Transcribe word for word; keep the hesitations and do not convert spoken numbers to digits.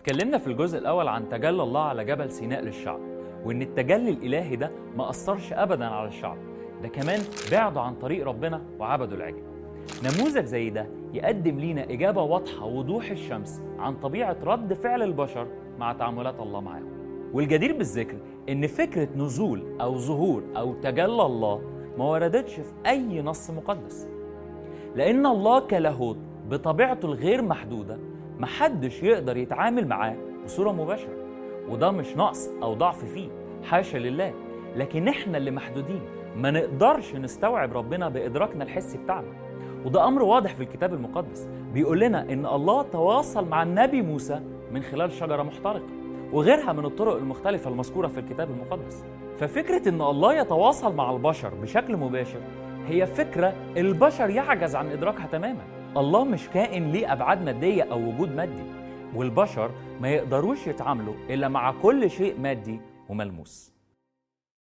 اتكلمنا في الجزء الأول عن تجلى الله على جبل سيناء للشعب، وإن التجلي الإلهي ده ما أثرش أبداً على الشعب، ده كمان بعدوا عن طريق ربنا وعبدوا العجل. نموذج زي ده يقدم لينا إجابة واضحة وضوح الشمس عن طبيعة رد فعل البشر مع تعاملات الله معاهم. والجدير بالذكر إن فكرة نزول أو ظهور أو تجلى الله ما وردتش في أي نص مقدس، لأن الله كلاهوت بطبيعته الغير محدودة محدش يقدر يتعامل معاه بصورة مباشرة، وده مش نقص أو ضعف فيه، حاشا لله، لكن إحنا اللي محدودين ما نقدرش نستوعب ربنا بإدراكنا الحسي بتاعنا. وده أمر واضح في الكتاب المقدس، بيقول لنا إن الله تواصل مع النبي موسى من خلال شجرة محترقة وغيرها من الطرق المختلفة المذكورة في الكتاب المقدس. ففكرة إن الله يتواصل مع البشر بشكل مباشر هي فكرة البشر يعجز عن إدراكها تماما. الله مش كائن ليه أبعاد مادية أو وجود مادي، والبشر ما يقدروش يتعاملوا إلا مع كل شيء مادي وملموس.